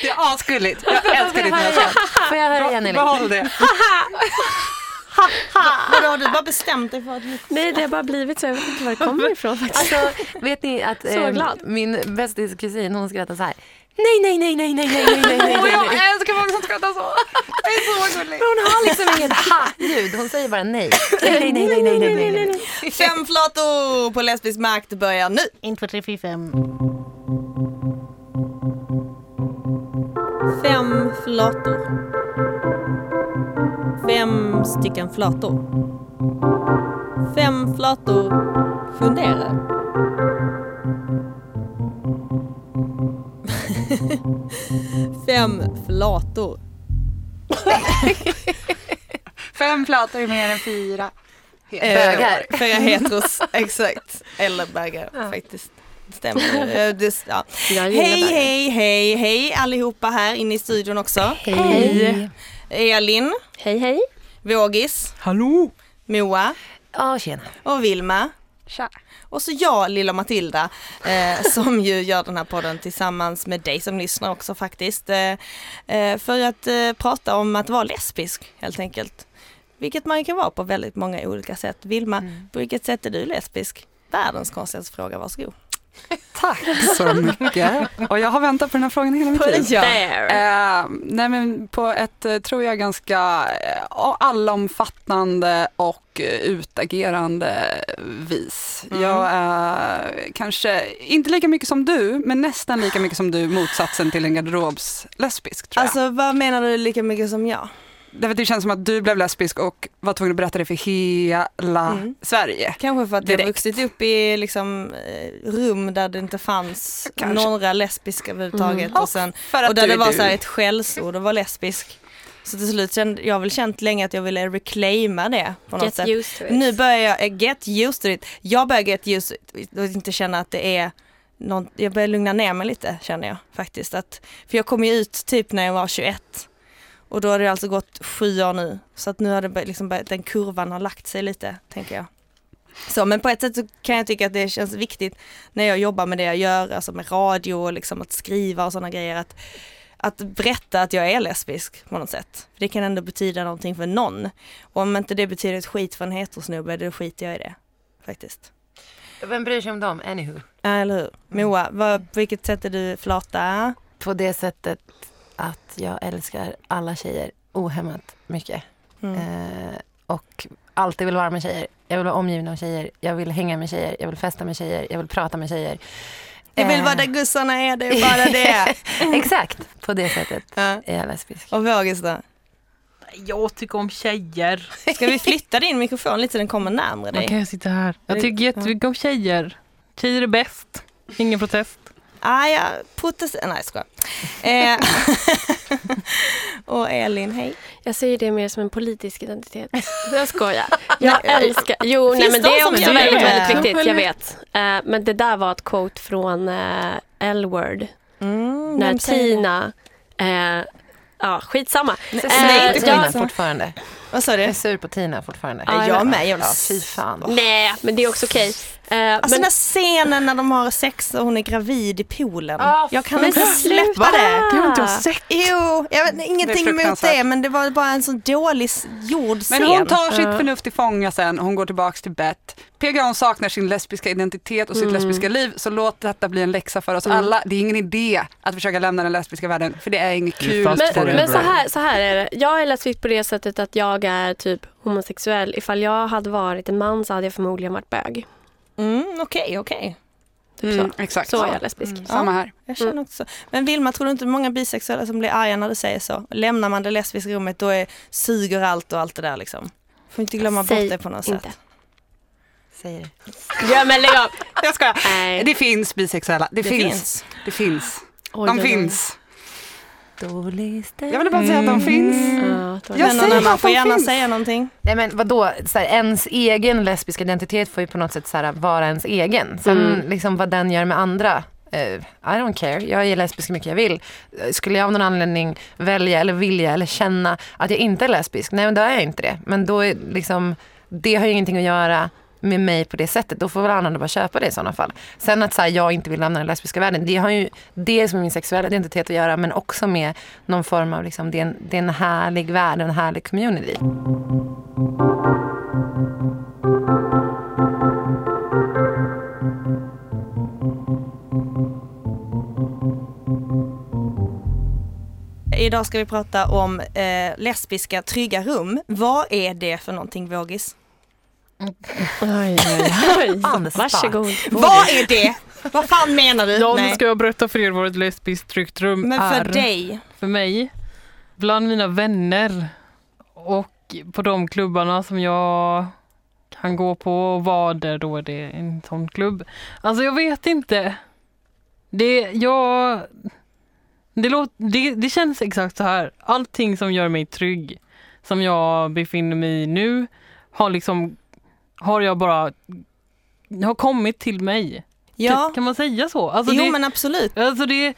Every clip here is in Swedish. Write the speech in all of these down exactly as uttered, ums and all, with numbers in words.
Det är asgulligt. Jag älskar ditt näsa. Får jag höra igen, Elin? Behåll det. Vadå, har du bara bestämt dig för att... Nej, det har bara blivit så. Jag vet inte var det kommer ifrån faktiskt. Alltså, vet ni att Så eh, glad. min bästis kusin, hon skrattar så här. Nej, nej, nej, nej, nej, nej, nej, nej, nej, Och jag nej. älskar folk som skrattar så. Det är så gulligt. Hon har liksom inget ha-ljud. Hon säger bara nej. Nej, nej, nej, nej, nej, nej, nej, nej. Fem flator på lesbisk makt börjar nu. ett, två, tre, fyra, fem. Fem flator. Fem stycken flator. Fem flator funderar. Fem flator. Fem flator är mer än fyra. Bögar. För heteros, exakt. Eller bögar, ja. Faktiskt. Det stämmer. Det, ja. Hej, hej, hej, hej allihopa här inne i studion också. Hej. Elin. Hej, hej. Vågis. Hallå. Moa. Ja, tjena. Och Vilma. Tja. Och så jag, lilla Matilda, eh, som ju gör den här podden tillsammans med dig som lyssnar också faktiskt. Eh, eh, för att eh, prata om att vara lesbisk helt enkelt. Vilket man kan vara på väldigt många olika sätt. Vilma, mm. på vilket sätt är du lesbisk? Världens konstigaste fråga, varsågod. Tack så mycket. Och jag har väntat på den här frågan hela mitt liv. Ja. Eh, nej men på ett, tror jag, ganska eh, allomfattande och eh, utagerande vis. Mm. Jag är eh, kanske inte lika mycket som du, men nästan lika mycket som du, motsatsen till en garderobslesbisk, tror jag. Alltså, vad menar du lika mycket som jag? Därför det känns som att du blev lesbisk och var tvungen att berätta det för hela mm. Sverige. Kanske för att jag vuxit upp i liksom, rum där det inte fanns Kanske. några lesbiska överhuvudtaget. Mm. Och, sen, och, och där det var så här ett skällsord att vara lesbisk. Så till slut kände jag väl känt länge att jag ville reclaima det på något get sätt. Used to it. Nu börjar jag get used to it. Jag börjar get used to it och inte känna att det är någon, jag börjar lugna ner mig lite, känner jag faktiskt. Att, för jag kom ju ut typ när jag var tjugoett. Och då har det alltså gått sju år nu. Så att nu har det liksom börjat, den kurvan har lagt sig lite, tänker jag. Så, men på ett sätt så kan jag tycka att det känns viktigt när jag jobbar med det jag gör, alltså med radio och liksom att skriva och sådana grejer, att, att berätta att jag är lesbisk på något sätt. För det kan ändå betyda någonting för någon. Och om inte det betyder ett skit för en heterosnubbe, då skiter jag i det, faktiskt. Vem bryr sig om dem? Anywho. Ja, eller hur? Moa, vad, på vilket sätt är du flata? På det sättet att jag älskar alla tjejer ohämmat mycket. Mm. Eh, och alltid vill vara med tjejer. Jag vill vara omgiven av tjejer. Jag vill hänga med tjejer. Jag vill festa med tjejer. Jag vill prata med tjejer. Jag vill eh. vara där gussarna är, det är bara det. Exakt, på det sättet ja. Är jag lesbisk. Och Vågis då? Jag tycker om tjejer. Ska vi flytta din mikrofon lite så den kommer närmare dig? Man kan jag sitta här. Jag tycker jättemycket om tjejer. Tjejer är bäst. Ingen protest. Ah, ja, protest... Nej, jag skojar. Eh. Och Elin, hej. Jag ser det mer som en politisk identitet. Jag skojar. Jag älskar... Jo, nej, men det är också väldigt, väldigt viktigt, jag vet. Uh, men det där var ett quote från uh, L-Word. Mm, när Tina... Uh, ja, skitsamma. Nej, uh, uh, Tina fortfarande. Vad sa du? Jag är sur på Tina fortfarande. Ja, jag med. Jag ja, fy fan. Nej, men det är också okej. Okay. Uh, alltså men... den här scenen när de har sex och hon är gravid i poolen. Oh, jag kan inte släppa det. Det har inte jag sett. Jo, jag vet ingenting emot det, men det var bara en sån dålig gjord scen. Men hon tar sitt förnuft i fånga sen och hon går tillbaks till bett. P G A hon saknar sin lesbiska identitet och sitt mm. lesbiska liv, så låt detta bli en läxa för oss mm. alla. Det är ingen idé att försöka lämna den lesbiska världen, för det är inget kul. Men, men så, här, så här är det. Jag är lesbisk på det sättet att jag är typ homosexuell. Ifall jag hade varit en man så hade jag förmodligen varit bög. Mm, okej, okay, okej. Okay. Typ mm, så. Exakt. Så är jag lesbisk. Mm. Samma här. Jag känner också. Men Vilma, tror du inte många bisexuella som blir arga när du säger så? Lämnar man det lesbiska rummet, då är, suger allt och allt det där liksom. Får inte glömma Säg bort det på något inte. sätt. Säger det. Ja, men lägg av. Jag skojar. Nej. Det finns bisexuella. Det, det finns. finns. Det finns. Oj, de oj, finns. Dåligste. Jag vill bara säga att de finns. Mm. Ja, jag säger man får gärna finns. säga någonting. Nej, men vadå? Så här, ens egen lesbiska identitet får ju på något sätt så här, vara ens egen. Sen mm. liksom vad den gör med andra. Uh, I don't care. Jag är lesbisk mycket jag vill. Skulle jag av någon anledning välja eller vilja eller känna att jag inte är lesbisk, nej men då är jag inte det. Men då är liksom, det har ju ingenting att göra med mig på det sättet, då får väl andra bara köpa det i sådana fall. Sen att så här, jag inte vill lämna den lesbiska världen, det har ju dels med min sexuella identitet att göra, men också med någon form av liksom, det är en, det är en härlig värld, en härlig community. Idag ska vi prata om eh, lesbiska trygga rum. Vad är det för någonting, Vågis? Oj, oj, oj. Varsågod. Vad är det? Vad fan menar du? Ja, nu Nej. ska jag berätta för er vad ett lesbiskt tryggt rum Men för är. dig? För mig, bland mina vänner och på de klubbarna som jag kan gå på och vara där, då är det en sån klubb. Alltså jag vet inte. Det, jag, det, låt, det, det känns exakt så här. Allting som gör mig trygg, som jag befinner mig i nu, har liksom har jag bara har kommit till mig. Ja. Kan, kan man säga så? Alltså jo det, men absolut. Alltså det,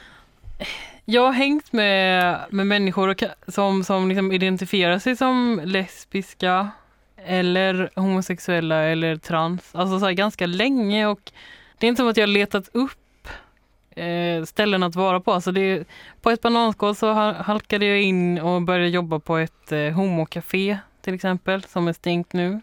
jag har hängt med, med människor som, som liksom identifierar sig som lesbiska eller homosexuella eller trans. Alltså så här ganska länge, och det är inte som att jag har letat upp eh, ställen att vara på. Alltså det, på ett bananskål så halkade jag in och började jobba på ett eh, homocafé till exempel, som är stängt nu.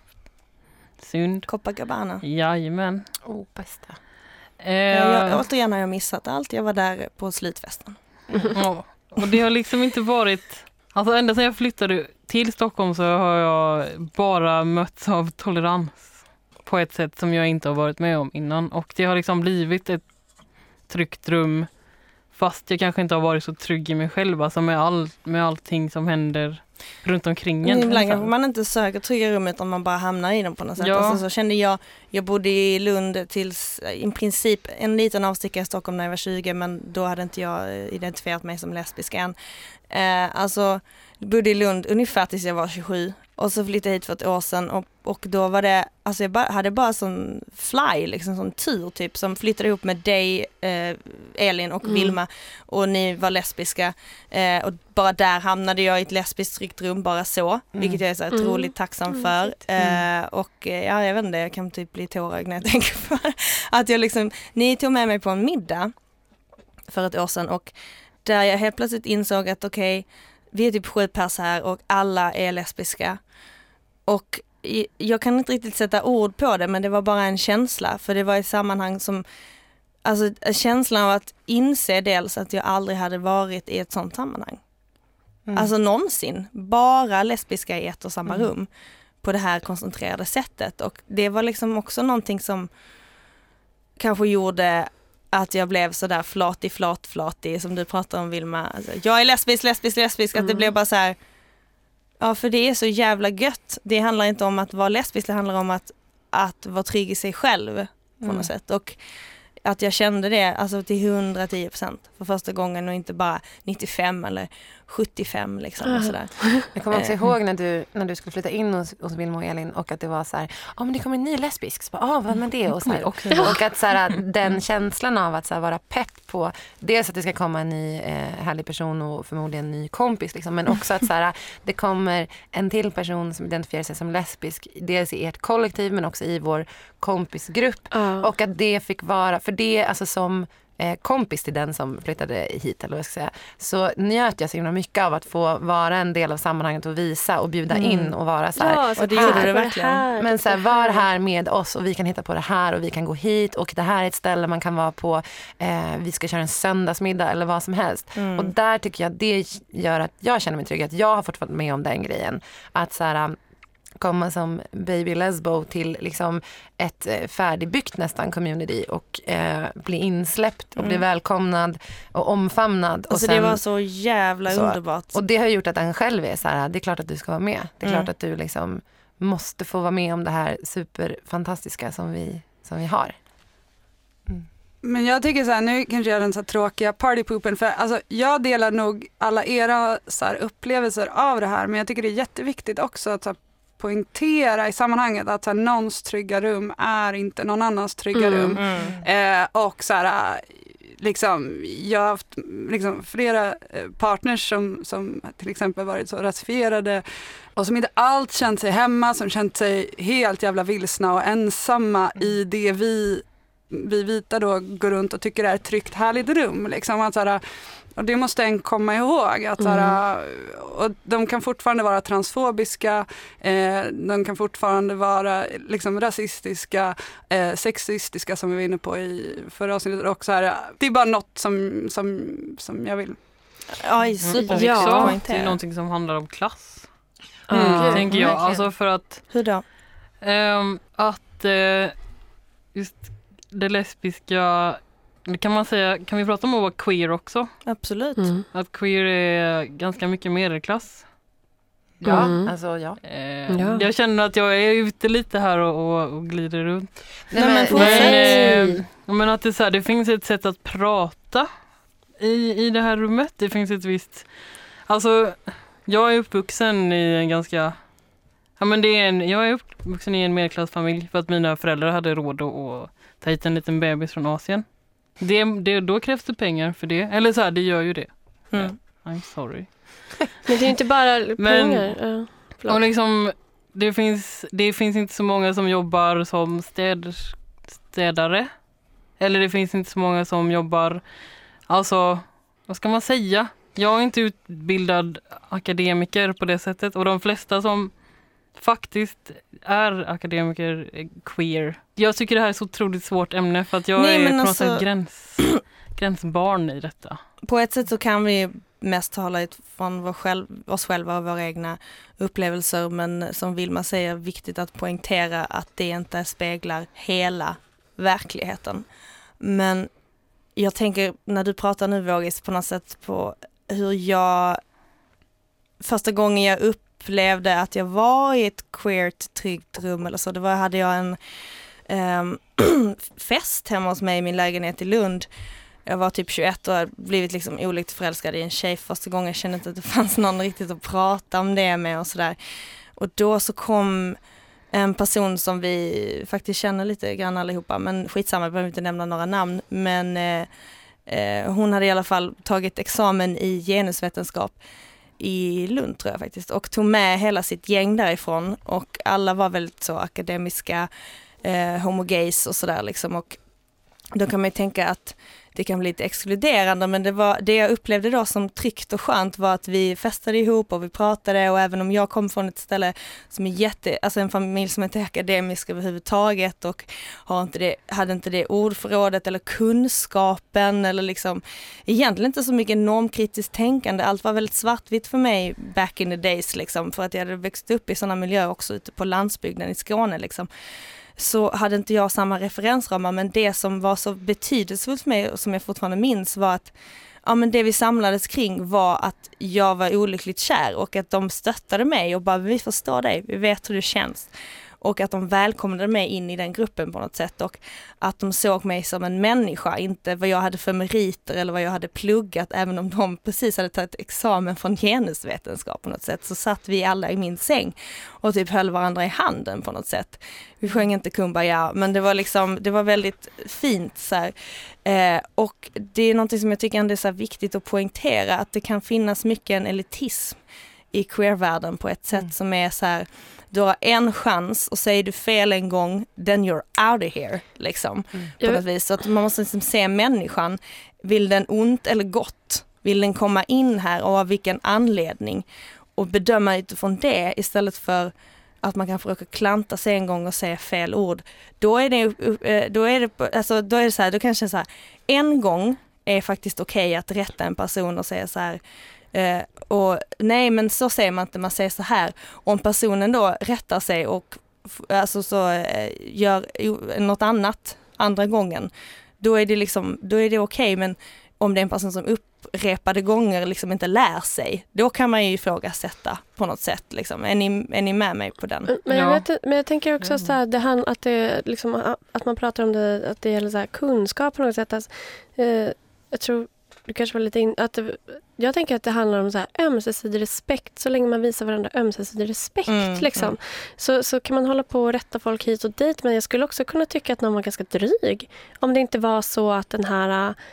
Synd. Copacabana. Jajamän. Oh, bästa. Eh, Ja, jag, återigen har jag missat allt. Jag var där på slutfesten. Ja, och det har liksom inte varit... Alltså ända sedan jag flyttade till Stockholm så har jag bara mötts av tolerans på ett sätt som jag inte har varit med om innan. Och det har liksom blivit ett tryggt rum, fast jag kanske inte har varit så trygg i mig själv, alltså med, all, med allting som händer runt omkring en. Ibland kanske man inte söker trygga rum utan man bara hamnar i dem på något sätt. Ja. Alltså, så kände jag, jag bodde i Lund tills i princip en liten avstickare i Stockholm när jag var tjugo, men då hade inte jag identifierat mig som lesbisk än. Eh, alltså, jag bodde i Lund ungefär tills jag var tjugosju och så flyttade jag hit för ett år sedan och, och då var det, alltså jag bara, hade bara sån fly, liksom sån tur typ, som flyttade ihop med dig, eh, Elin och mm. Vilma, och ni var lesbiska eh, och bara där hamnade jag i ett lesbiskt tryggt rum bara så, mm. vilket jag är så otroligt mm. tacksam för. Mm. Eh, och ja, jag vet inte, jag kan typ bli tårögd när jag tänker på det. Att jag liksom, ni tog med mig på en middag för ett år sedan och där jag helt plötsligt insåg att okej, okay, vi är typ sju pers här och alla är lesbiska. Och jag kan inte riktigt sätta ord på det, men det var bara en känsla. För det var ett sammanhang som, alltså känslan av att inse dels att jag aldrig hade varit i ett sånt sammanhang. Mm. Alltså någonsin. Bara lesbiska i ett och samma mm. rum. På det här koncentrerade sättet. Och det var liksom också någonting som kanske gjorde att jag blev så där flatig, flat, flatig som du pratar om, Vilma. Alltså, jag är lesbisk, lesbisk, lesbisk. Mm. Att det blev bara så här, ja, för det är så jävla gött. Det handlar inte om att vara lesbisk, det handlar om att, att vara trygg i sig själv på mm. något sätt. Och att jag kände det alltså till hundratio procent för första gången och inte bara nittiofem eller sjuttiofem liksom och sådär. Jag kommer också ihåg när du, när du skulle flytta in hos, hos Vilma och Elin och att det var så här, ja ah, men det kommer en ny lesbisk, ja ah, vad med det och så här. Och, och att så här, den känslan av att så här, vara pepp på dels att det ska komma en ny eh, härlig person och förmodligen en ny kompis liksom, men också att så här, det kommer en till person som identifierar sig som lesbisk, dels i ert kollektiv men också i vår kompisgrupp uh. och att det fick vara, för det alltså som eh, kompis till den som flyttade hit eller vad jag ska säga, så njöt jag så himla mycket av att få vara en del av sammanhanget och visa och bjuda mm. in och vara så här. Ja, så det gjorde det verkligen. Här, men så här, var här med oss och vi kan hitta på det här och vi kan gå hit och det här är ett ställe man kan vara på, eh, vi ska köra en söndagsmiddag eller vad som helst. Mm. Och där tycker jag det gör att jag känner mig trygg, att jag har fått vara med om den grejen. Att så här, komma som baby lesbo till liksom ett eh, färdigbyggt nästan community och eh, bli insläppt och mm. bli välkomnad och omfamnad. Alltså och sen, det var så jävla så, underbart. Och det har gjort att en själv är så här, det är klart att du ska vara med. Det är mm. klart att du liksom måste få vara med om det här superfantastiska som vi, som vi har. Mm. Men jag tycker så här, nu kanske jag är den så här tråkiga partypoopen, för alltså, jag delar nog alla era så här upplevelser av det här, men jag tycker det är jätteviktigt också att så här, poängtera i sammanhanget att så här, någons trygga rum är inte någon annans trygga mm, rum. mm. Eh, och så här, liksom, jag har haft liksom, flera partners som, som till exempel varit så rasifierade och som inte allt känt sig hemma, som känt sig helt jävla vilsna och ensamma mm. i det vi, vi vita då går runt och tycker är ett tryggt, härligt rum. Liksom, att, såhär, och det måste en komma ihåg. Att, mm. såhär, och de kan fortfarande vara transfobiska, eh, de kan fortfarande vara liksom, rasistiska, eh, sexistiska som vi var inne på i förra avsnittet. Och så här, det är bara något som, som, som jag vill. Oj, super. Ja, det är någonting som handlar om klass. Mm. Mm. Tänker jag. Alltså för att, hur då? Um, att uh, just det lesbiska, kan man säga, kan vi prata om att vara queer också? Absolut. Mm. Att queer är ganska mycket medelklass. Ja, mm. alltså ja. Uh, ja. Jag känner att jag är ute lite här och, och, och glider runt. Nej, men men, uh, men att det, så här, det finns ett sätt att prata i, i det här rummet. Det finns ett visst, alltså jag är uppvuxen i en ganska, ja men det är en, jag är uppvuxen i en medelklassfamilj för att mina föräldrar hade råd att, att ta hit en liten bebis från Asien. Det, det, då krävs det pengar för det. Eller så här, det gör ju det. Mm. I'm sorry. Men det är inte bara pengar. Men, och liksom, det finns, det finns inte så många som jobbar som städ, städare. Eller det finns inte så många som jobbar, alltså, vad ska man säga? Jag är inte utbildad akademiker på det sättet. Och de flesta som faktiskt är akademiker är queer. Jag tycker det här är så otroligt svårt ämne för att jag Nej, är på alltså, något sätt gräns, gränsbarn i detta. På ett sätt så kan vi mest tala från vår själv, oss själva och våra egna upplevelser, men som Vilma säger, viktigt att poängtera att det inte speglar hela verkligheten. Men jag tänker, när du pratar nu Vågis, på något sätt på hur jag första gången jag upplevde att jag var i ett queert tryggt rum eller så, det var, hade jag en um, fest hemma hos mig i min lägenhet i Lund. Jag var typ tjugoett och hade blivit liksom olyckligt förälskad i en tjej första gången. Jag kände inte att det fanns någon riktigt att prata om det med och sådär. Och då så kom en person som vi faktiskt känner lite grann allihopa, men skitsamma, jag behöver inte nämna några namn, men eh, eh, hon hade i alla fall tagit examen i genusvetenskap i Lund tror jag faktiskt, och tog med hela sitt gäng därifrån, och alla var väldigt så akademiska, eh, homogays och sådär liksom, och då kan man ju tänka att det kan bli lite exkluderande, men det, var, det jag upplevde då som tryggt och skönt var att vi festade ihop och vi pratade, och även om jag kom från ett ställe som är jätte, alltså en familj som inte är akademisk överhuvudtaget och har inte det, hade inte det ordförrådet eller kunskapen eller liksom egentligen inte så mycket normkritiskt tänkande, allt var väldigt svartvitt för mig back in the days liksom, för att jag hade växt upp i sådana miljöer också ute på landsbygden i Skåne liksom. Så hade inte jag samma referensramar, men det som var så betydelsefullt för mig och som jag fortfarande minns var att ja, men det vi samlades kring var att jag var olyckligt kär och att de stöttade mig och bara, vi förstår dig, vi vet hur det känns. Och att de välkomnade mig in i den gruppen på något sätt, och att de såg mig som en människa, inte vad jag hade för meriter eller vad jag hade pluggat, även om de precis hade tagit examen från genusvetenskap på något sätt, så satt vi alla i min säng och typ höll varandra i handen på något sätt. Vi sjöng inte Kumbaya, men det var liksom, det var väldigt fint så här. Eh, och det är någonting som jag tycker är så här viktigt att poängtera, att det kan finnas mycket en elitism i queervärlden på ett sätt mm. som är så här, du har en chans och säger du fel en gång, then you're out of here liksom, mm. på något vis. Så att man måste liksom se människan, vill den ont eller gott? Vill den komma in här och av vilken anledning? Och bedöma utifrån det istället för att man kan försöka klanta sig en gång och säga fel ord. Då är det, då är det, alltså, då är det så här, då kanske så här, en gång är faktiskt okej okay att rätta en person och säga så här, Uh, och nej, men så säger man inte, man säger så här. Om personen då rättar sig och alltså så uh, gör uh, något annat andra gången, då är det liksom, då är det okej, okay, men om det är en person som upprepade gånger liksom inte lär sig, då kan man ju ifrågasätta på något sätt liksom. Är ni, är ni med mig på den? Men jag, ja. vet, men jag tänker också så här, det här, att det liksom, att man pratar om det, att det gäller så här kunskap på något sätt. Alltså, uh, jag tror du kanske var lite in, att det, jag tänker att det handlar om så här ömsesidig respekt, så länge man visar varandra ömsesidig respekt mm, liksom. Mm. Så, så kan man hålla på och rätta folk hit och dit, men jag skulle också kunna tycka att någon var ganska dryg om det inte var så att den här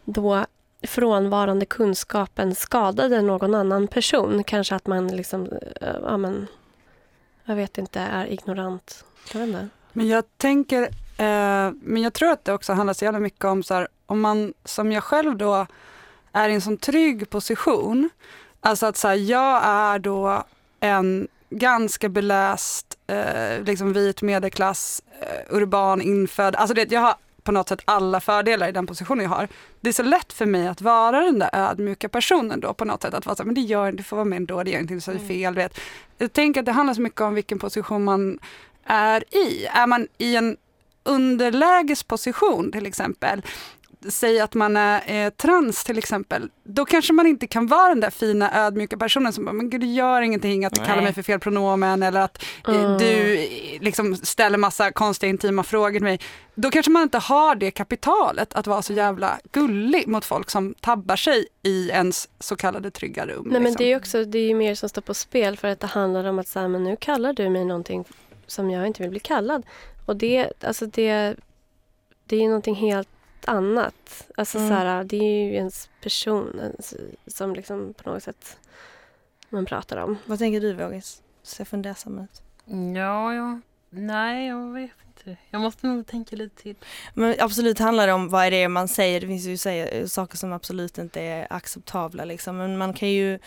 då frånvarande kunskapen skadade någon annan person. Kanske att man liksom, ja men, jag vet inte, är ignorant. Jag vet inte. Men jag tänker, eh, men jag tror att det också handlar så jävla mycket om så här, om man som jag själv då är i en sån trygg position, alltså att så här, jag är då en ganska beläst, eh, liksom vit medelklass, eh, urban, infödd, alltså det, jag har på något sätt alla fördelar i den positionen jag har. Det är så lätt för mig att vara den där ödmjuka personen då på något sätt, att vara så här, men det gör du får vara med ändå, det gör inte så fel, vet. Jag tänker att det handlar så mycket om vilken position man är i. Är man i en underlägesposition till exempel, säg att man är eh, trans till exempel, då kanske man inte kan vara den där fina ödmjuka personen som bara, men gud, det gör ingenting att du kallar mig för fel pronomen, eller att eh, mm. du eh, liksom ställer massa konstiga intima frågor till mig. Då kanske man inte har det kapitalet att vara så jävla gullig mot folk som tabbar sig i ens så kallade trygga rum. Nej, liksom. men det är ju också, det är ju mer som står på spel, för att det handlar om att säga, men nu kallar du mig någonting som jag inte vill bli kallad. Och det, alltså det, det är ju någonting helt annat. Alltså mm. så här, det är ju ens person ens, som liksom på något sätt man pratar om. Vad tänker du, Vågis? Ser fundersam ut. Ja, ja. Nej, jag vet inte. Jag måste nog tänka lite till. Men absolut handlar det om vad är det man säger. Det finns ju säger, saker som absolut inte är acceptabla. Liksom. Men man kan ju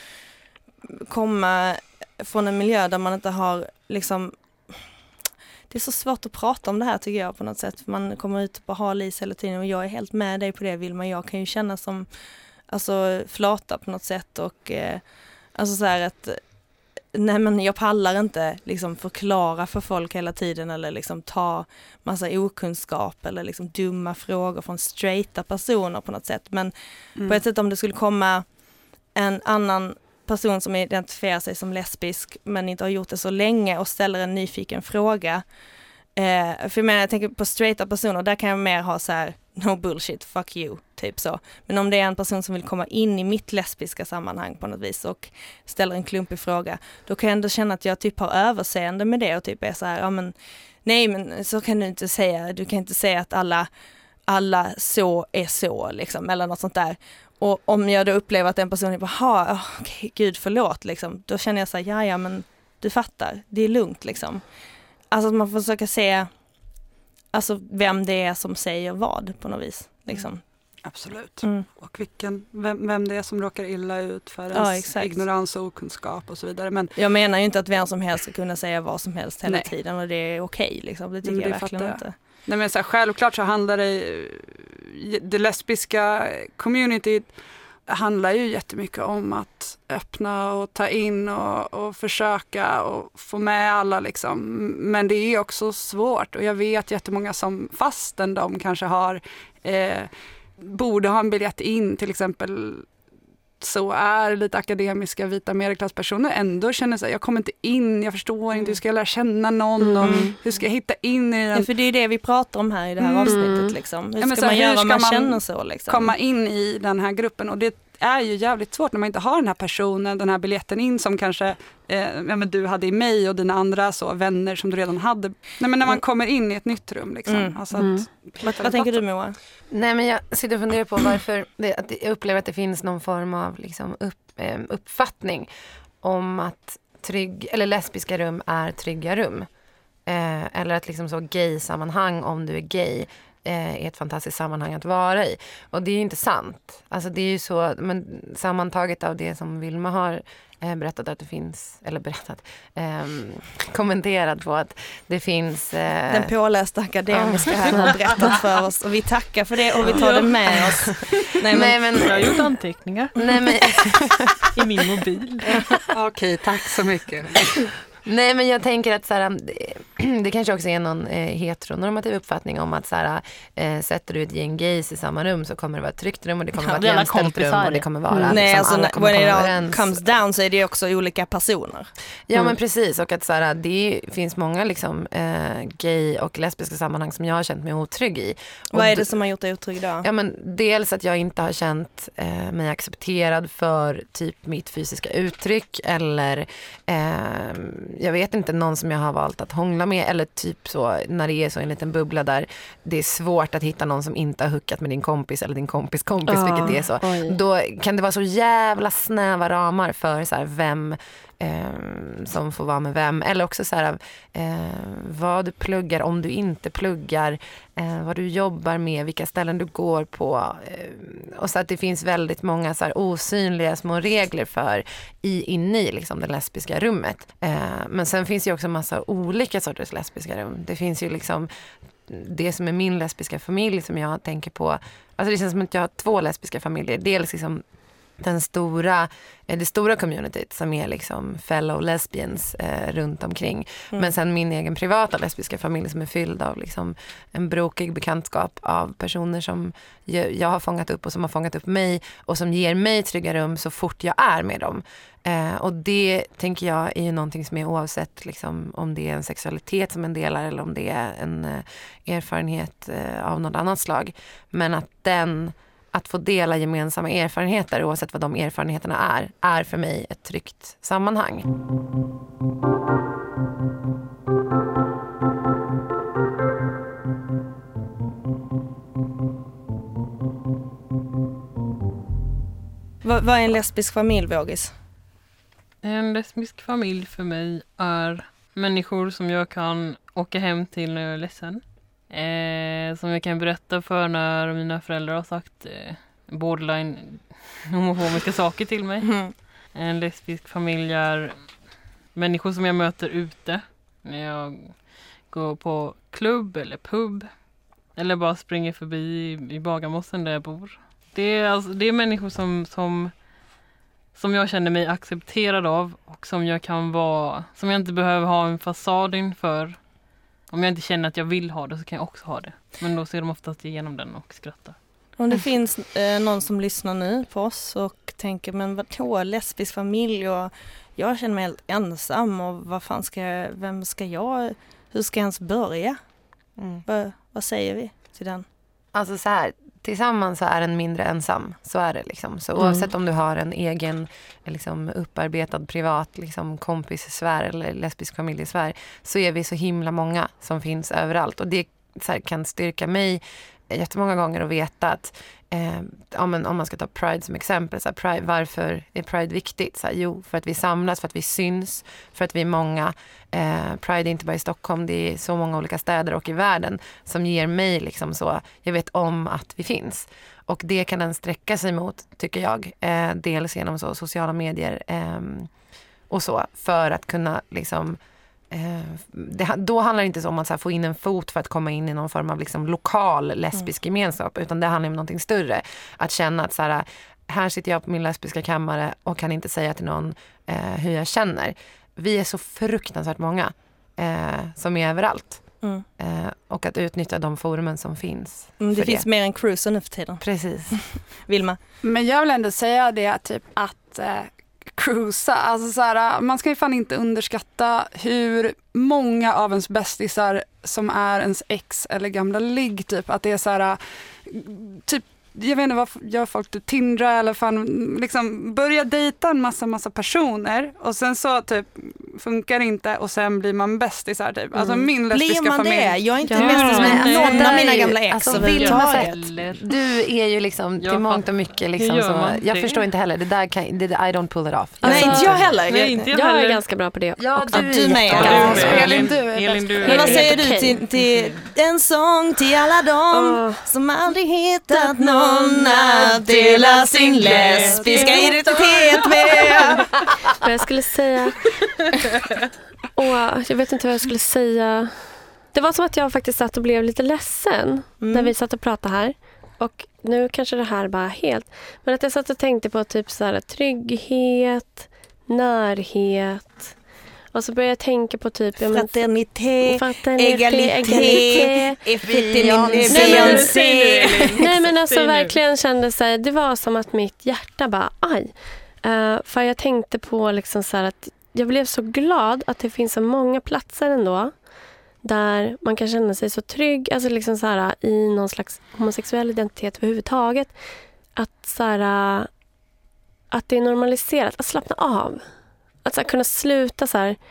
komma från en miljö där man inte har liksom... Det är så svårt att prata om det här tycker jag på något sätt. Man kommer ut på hal is hela tiden och jag är helt med dig på det, Vilma. Jag kan ju känna som alltså, flata på något sätt och eh, alltså så här att nej men jag pallar inte liksom förklara för folk hela tiden eller liksom ta massa okunskap eller liksom dumma frågor från straighta personer på något sätt. Men mm. på ett sätt om det skulle komma en annan person som identifierar sig som lesbisk men inte har gjort det så länge och ställer en nyfiken fråga. Eh, för jag menar, jag tänker på straighta personer, där kan jag mer ha så här no bullshit, fuck you, typ så. Men om det är en person som vill komma in i mitt lesbiska sammanhang på något vis och ställer en klumpig fråga, då kan jag ändå känna att jag typ har överseende med det och typ är så här, ja men nej men så kan du inte säga, du kan inte säga att alla, alla så är så liksom, eller något sånt där. Och om jag då upplever att en person är bara, ha, oh, okay, gud förlåt, liksom, då känner jag så här, ja ja men du fattar, det är lugnt liksom. Alltså att man får försöka se alltså vem det är som säger vad på något vis. Liksom. Mm. Absolut. Mm. Och vilken, vem, vem det är som råkar illa ut för ens ja, ignorans och okunskap och så vidare. Men jag menar ju inte att vem som helst ska kunna säga vad som helst hela nej. tiden och det är okej. Okay, liksom. Det tycker det jag verkligen jag. inte. Nej, men så här, självklart så handlar det, det lesbiska communityt handlar ju jättemycket om att öppna och ta in och, och försöka och få med alla liksom. Men det är också svårt och jag vet jättemånga som fastän de kanske har eh, borde ha en biljett in till exempel så är lite akademiska vita medelklasspersoner ändå känner sig, jag kommer inte in, jag förstår inte, hur ska jag lära känna någon mm. och hur ska jag hitta in i den? Ja, för det är det vi pratar om här i det här mm. avsnittet liksom. Hur ska ja, så, man göra om man, man känner så liksom? Komma in i den här gruppen och det är ju jävligt svårt när man inte har den här personen, den här biljetten in som kanske eh, ja, men du hade i mig och dina andra så, vänner som du redan hade. Nej, men när man kommer in i ett nytt rum liksom. Mm. Alltså att, mm. Vad, vad tänker du, Moa? Nej, men jag sitter och funderar på varför det, att jag upplever att det finns någon form av liksom, upp, eh, uppfattning om att trygg, eller lesbiska rum är trygga rum. Eh, eller att liksom så gay-sammanhang, om du är gay, är ett fantastiskt sammanhang att vara i. Och det är ju inte sant. Alltså det är ju så, men sammantaget av det som Vilma har eh, berättat att det finns, eller berättat, eh, kommenterat på att det finns... Eh, Den pålästa akademiska här har berättat för oss och vi tackar för det och vi tar det med oss. Nej, men, nej, men, jag har gjort anteckningar nej, men, i min mobil. Okej, tack så mycket. Nej, men jag tänker att så här, det, det kanske också är någon eh, heteronormativ uppfattning om att så här, eh, sätter du ett gäng gays i samma rum så kommer det vara ett tryggt rum och det kommer ja, vara ett jämställt rum och det kommer vara mm. Nej, liksom, alltså when it all comes down så är det också olika personer. Ja, mm. men precis, och att så här, det finns många liksom eh, gay och lesbiska sammanhang som jag har känt mig otrygg i. Och vad är det som har gjort dig otrygg då? Ja, men dels att jag inte har känt eh, mig accepterad för typ mitt fysiska uttryck eller eh, jag vet inte, någon som jag har valt att hångla med, eller typ så när det är så en liten bubbla där det är svårt att hitta någon som inte har hookat med din kompis eller din kompis kompis, Ah, vilket det är så. oj. Då kan det vara så jävla snäva ramar för så här, vem eh, som får vara med vem, eller också så här, eh, vad du pluggar, om du inte pluggar, eh, vad du jobbar med, vilka ställen du går på, eh, och så att det finns väldigt många så här, osynliga små regler för i, inne i liksom, det lesbiska rummet. Eh, men sen finns ju också massa olika sorters lesbiska rum. Det finns ju liksom det som är min lesbiska familj som jag tänker på. Alltså det känns som att jag har två lesbiska familjer. Dels liksom den stora, det stora communityt som är liksom fellow lesbians eh, runt omkring. Mm. Men sen min egen privata lesbiska familj som är fylld av liksom en brokig bekantskap av personer som jag, jag har fångat upp och som har fångat upp mig och som ger mig trygga rum så fort jag är med dem. Eh, och det tänker jag är ju någonting som är oavsett liksom, om det är en sexualitet som en delar eller om det är en eh, erfarenhet eh, av något annat slag. Men att den Att få dela gemensamma erfarenheter, oavsett vad de erfarenheterna är, är för mig ett tryggt sammanhang. Vad, vad är en lesbisk familj, Vågis? En lesbisk familj för mig är människor som jag kan åka hem till när jag är ledsen. Eh, som jag kan berätta för när mina föräldrar har sagt eh, borderline homofobiska saker till mig. Mm. En lesbisk familj är människor som jag möter ute när jag går på klubb eller pub eller bara springer förbi i, i Bagarmossen där jag bor. Det är, alltså, det är människor som, som, som jag känner mig accepterad av och som jag kan vara, som jag inte behöver ha en fasad inför. Om jag inte känner att jag vill ha det så kan jag också ha det. Men då ser de oftast igenom den och skrattar. Om det finns eh, någon som lyssnar nu på oss och tänker, men vadå, lesbisk familj och jag känner mig helt ensam och vad fan ska jag, vem ska jag, hur ska jag ens börja? Mm. Va, vad säger vi till den? Alltså så här, tillsammans så är en mindre ensam, så är det liksom. Så oavsett mm. om du har en egen liksom, upparbetad privat liksom, kompissfär eller lesbisk familjesfär, så är vi så himla många som finns överallt. Och det så här, kan styrka mig jättemånga gånger att veta att eh, ja, men om man ska ta Pride som exempel, så här, Pride, varför är Pride viktigt? Så här, jo, för att vi samlas, för att vi syns, för att vi är många. Eh, Pride är inte bara i Stockholm, det är så många olika städer och i världen som ger mig liksom så, jag vet om att vi finns. Och det kan den sträcka sig mot, tycker jag, eh, dels genom så, sociala medier eh, och så, för att kunna liksom Det, då handlar det inte om att så här, få in en fot för att komma in i någon form av liksom, lokal lesbisk mm. gemenskap, utan det handlar om någonting större. Att känna att så här, här sitter jag på min lesbiska kammare och kan inte säga till någon eh, hur jag känner. Vi är så fruktansvärt många eh, som är överallt. Mm. Eh, och att utnyttja de forumen som finns. Mm, det finns det. Mer än cruiser nu för tiden. Precis. Vilma? Men jag vill ändå säga det typ att eh, cruisa, alltså så här, man ska ju fan inte underskatta hur många av ens bästisar som är ens ex eller gamla ligg, typ att det är så här, typ jag vet inte vad gör folk, du Tindra eller fan liksom börja dejta en massa massa personer och sen så typ funkar inte och sen blir man bästisar typ. Alltså min lesbiska blir man familj. Det? Jag är inte ja, bästis med någon av mina gamla ex. Alltså, du är ju liksom till mångt och mycket liksom så, jag förstår inte heller, det där kan, det, I don't pull it off. Nej, inte jag heller. Nej, inte jag, jag heller. är ganska bra på det. Ja, du, du med. Ja, Ganska. Elin, du är Elin, du är Men vad säger du okay. till, till en sång till alla dem oh. som aldrig hittat någon att dela sin lesbiska identitet med? Vad jag skulle säga... Åh, jag vet inte vad jag skulle säga. Det var som att jag faktiskt satt och blev lite ledsen mm. när vi satt och pratade här. Och nu kanske det här bara helt... Men att jag satt och tänkte på typ så här, trygghet, närhet... Och så började jag tänka på typ... Fraternitet, fraternitet egalitet, Beyoncé. Nej men alltså verkligen kände så här, det var som att mitt hjärta bara, aj. Uh, för jag tänkte på liksom så här att jag blev så glad att det finns så många platser ändå där man kan känna sig så trygg, alltså liksom så här i någon slags homosexuell identitet överhuvudtaget. Att så här, att det är normaliserat, att slappna av. Att så här, kunna sluta så här,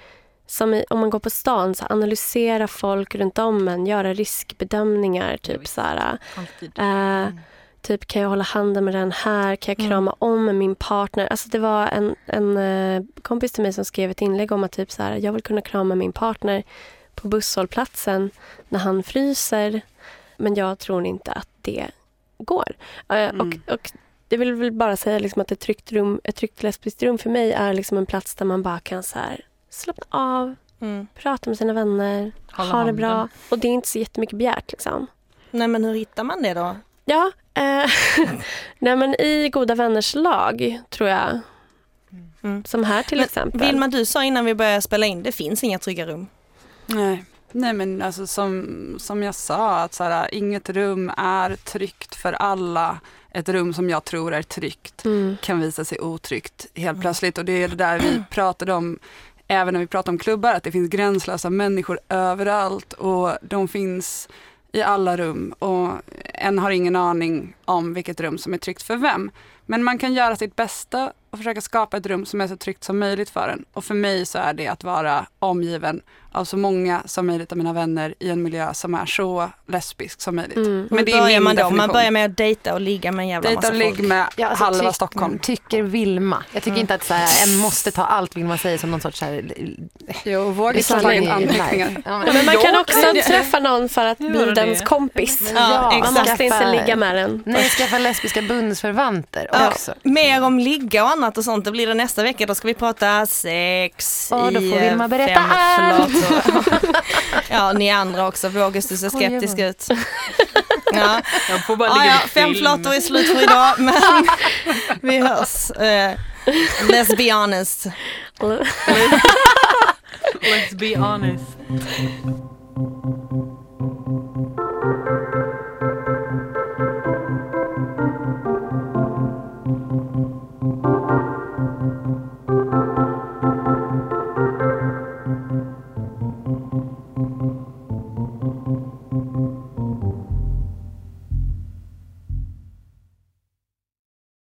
som i, om man går på stan, så analysera folk runt om en, göra riskbedömningar, typ så här, Alltid. eh, mm. typ kan jag hålla handen med den här, kan jag krama mm. om min partner. Alltså det var en, en uh, kompis till mig som skrev ett inlägg om att typ så här, jag vill kunna krama min partner på busshållplatsen när han fryser, men jag tror inte att det går. Uh, mm. och, och jag vill väl bara säga liksom att ett tryggt rum, ett tryggt lesbiskt rum för mig är liksom en plats där man bara kan så här slappna av, mm. prata med sina vänner, Hålla ha det handen. bra. Och det är inte så jättemycket begärt liksom. Nej, men hur hittar man det då? Ja, eh, nej men i Goda vänners lag tror jag. Mm. Som här till men, exempel. Vilma, du sa innan vi började spela in, det finns inga trygga rum. Nej. Nej men alltså som, som jag sa, att så här, inget rum är tryggt för alla. Ett rum som jag tror är tryggt mm. kan visa sig otryggt helt plötsligt. Och det är det där vi pratade om, även när vi pratar om klubbar, att det finns gränslösa människor överallt och de finns i alla rum. Och en har ingen aning om vilket rum som är tryggt för vem. Men man kan göra sitt bästa och försöka skapa ett rum som är så tryggt som möjligt för en. Och för mig så är det att vara omgiven av så många som möjligt av mina vänner i en miljö som är så lesbisk som möjligt. Mm. Men det är min man, då, man börjar med att dejta och ligga med en jävla dejta massa och folk. ligga med ja, alltså, halva tyck, Stockholm. Tycker Vilma. Jag tycker mm. inte att så här, en måste ta allt Vilma säger som någon sorts så här, jo, våga slå anteckningar. Ja, men man kan också träffa någon för att bli dens kompis. Ja, man måste inte ligga med den. Nej, skaffa lesbiska bundsförvanter ja, också. Mer om ligga och annat och sånt. Det blir det nästa vecka. Då ska vi prata sex oh, i då får Vilma berätta allt. Ja, ni andra också. För Augustus är skeptisk oh, ut. Ja. Jag får bara ah, ligga ja, fem flottor är slut för idag. Men vi hörs. Uh, let's be honest. Let's be honest.